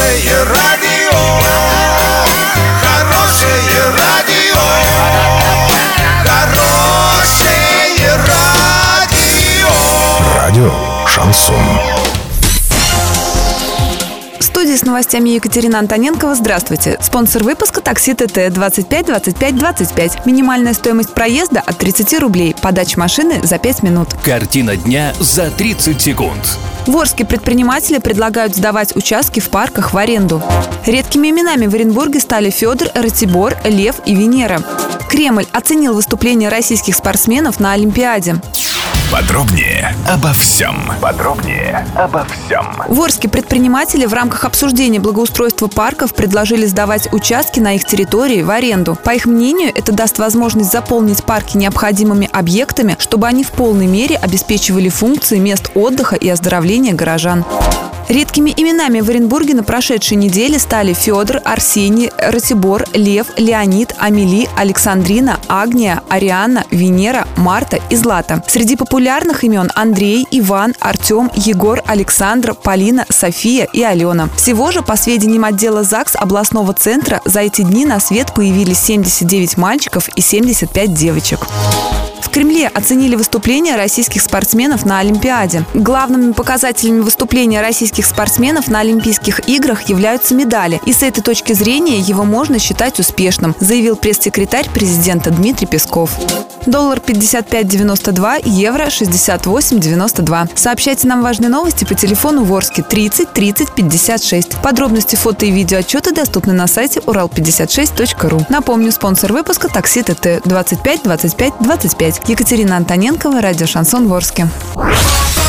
Хорошее радио, хорошее радио, хорошее радио. Радио «Шансон». В студии с новостями Екатерина Антоненкова. Здравствуйте. Спонсор выпуска — такси ТТ 25 25 25. Минимальная стоимость проезда от 30 рублей. Подача машины за 5 минут. Картина дня за 30 секунд. В Орске предприниматели предлагают сдавать участки в парках в аренду. Редкими именами в Оренбурге стали Федор, Ратибор, Лев и Венера. Кремль оценил выступления российских спортсменов на Олимпиаде. Подробнее обо всем. В Орске предприниматели в рамках обсуждения благоустройства парков предложили сдавать участки на их территории в аренду. По их мнению, это даст возможность заполнить парки необходимыми объектами, чтобы они в полной мере обеспечивали функции мест отдыха и оздоровления горожан. Редкими именами в Оренбурге на прошедшей неделе стали Федор, Арсений, Ратибор, Лев, Леонид, Амели, Александрина, Агния, Ариана, Венера, Марта и Злата. Среди популярных имен Андрей, Иван, Артем, Егор, Александра, Полина, София и Алена. Всего же, по сведениям отдела ЗАГС областного центра, за эти дни на свет появились 79 мальчиков и 75 девочек. В Кремле оценили выступления российских спортсменов на Олимпиаде. Главными показателями выступления российских спортсменов на Олимпийских играх являются медали. И с этой точки зрения его можно считать успешным, заявил пресс-секретарь президента Дмитрий Песков. Доллар 55.92, евро 68.92. Сообщайте нам важные новости по телефону в Орске 30 30 56. Подробности, фото и видеоотчеты доступны на сайте урал56.ру. Напомню, спонсор выпуска — такси ТТ 25 25 25. Екатерина Антоненкова, радио «Шансон» в Орске.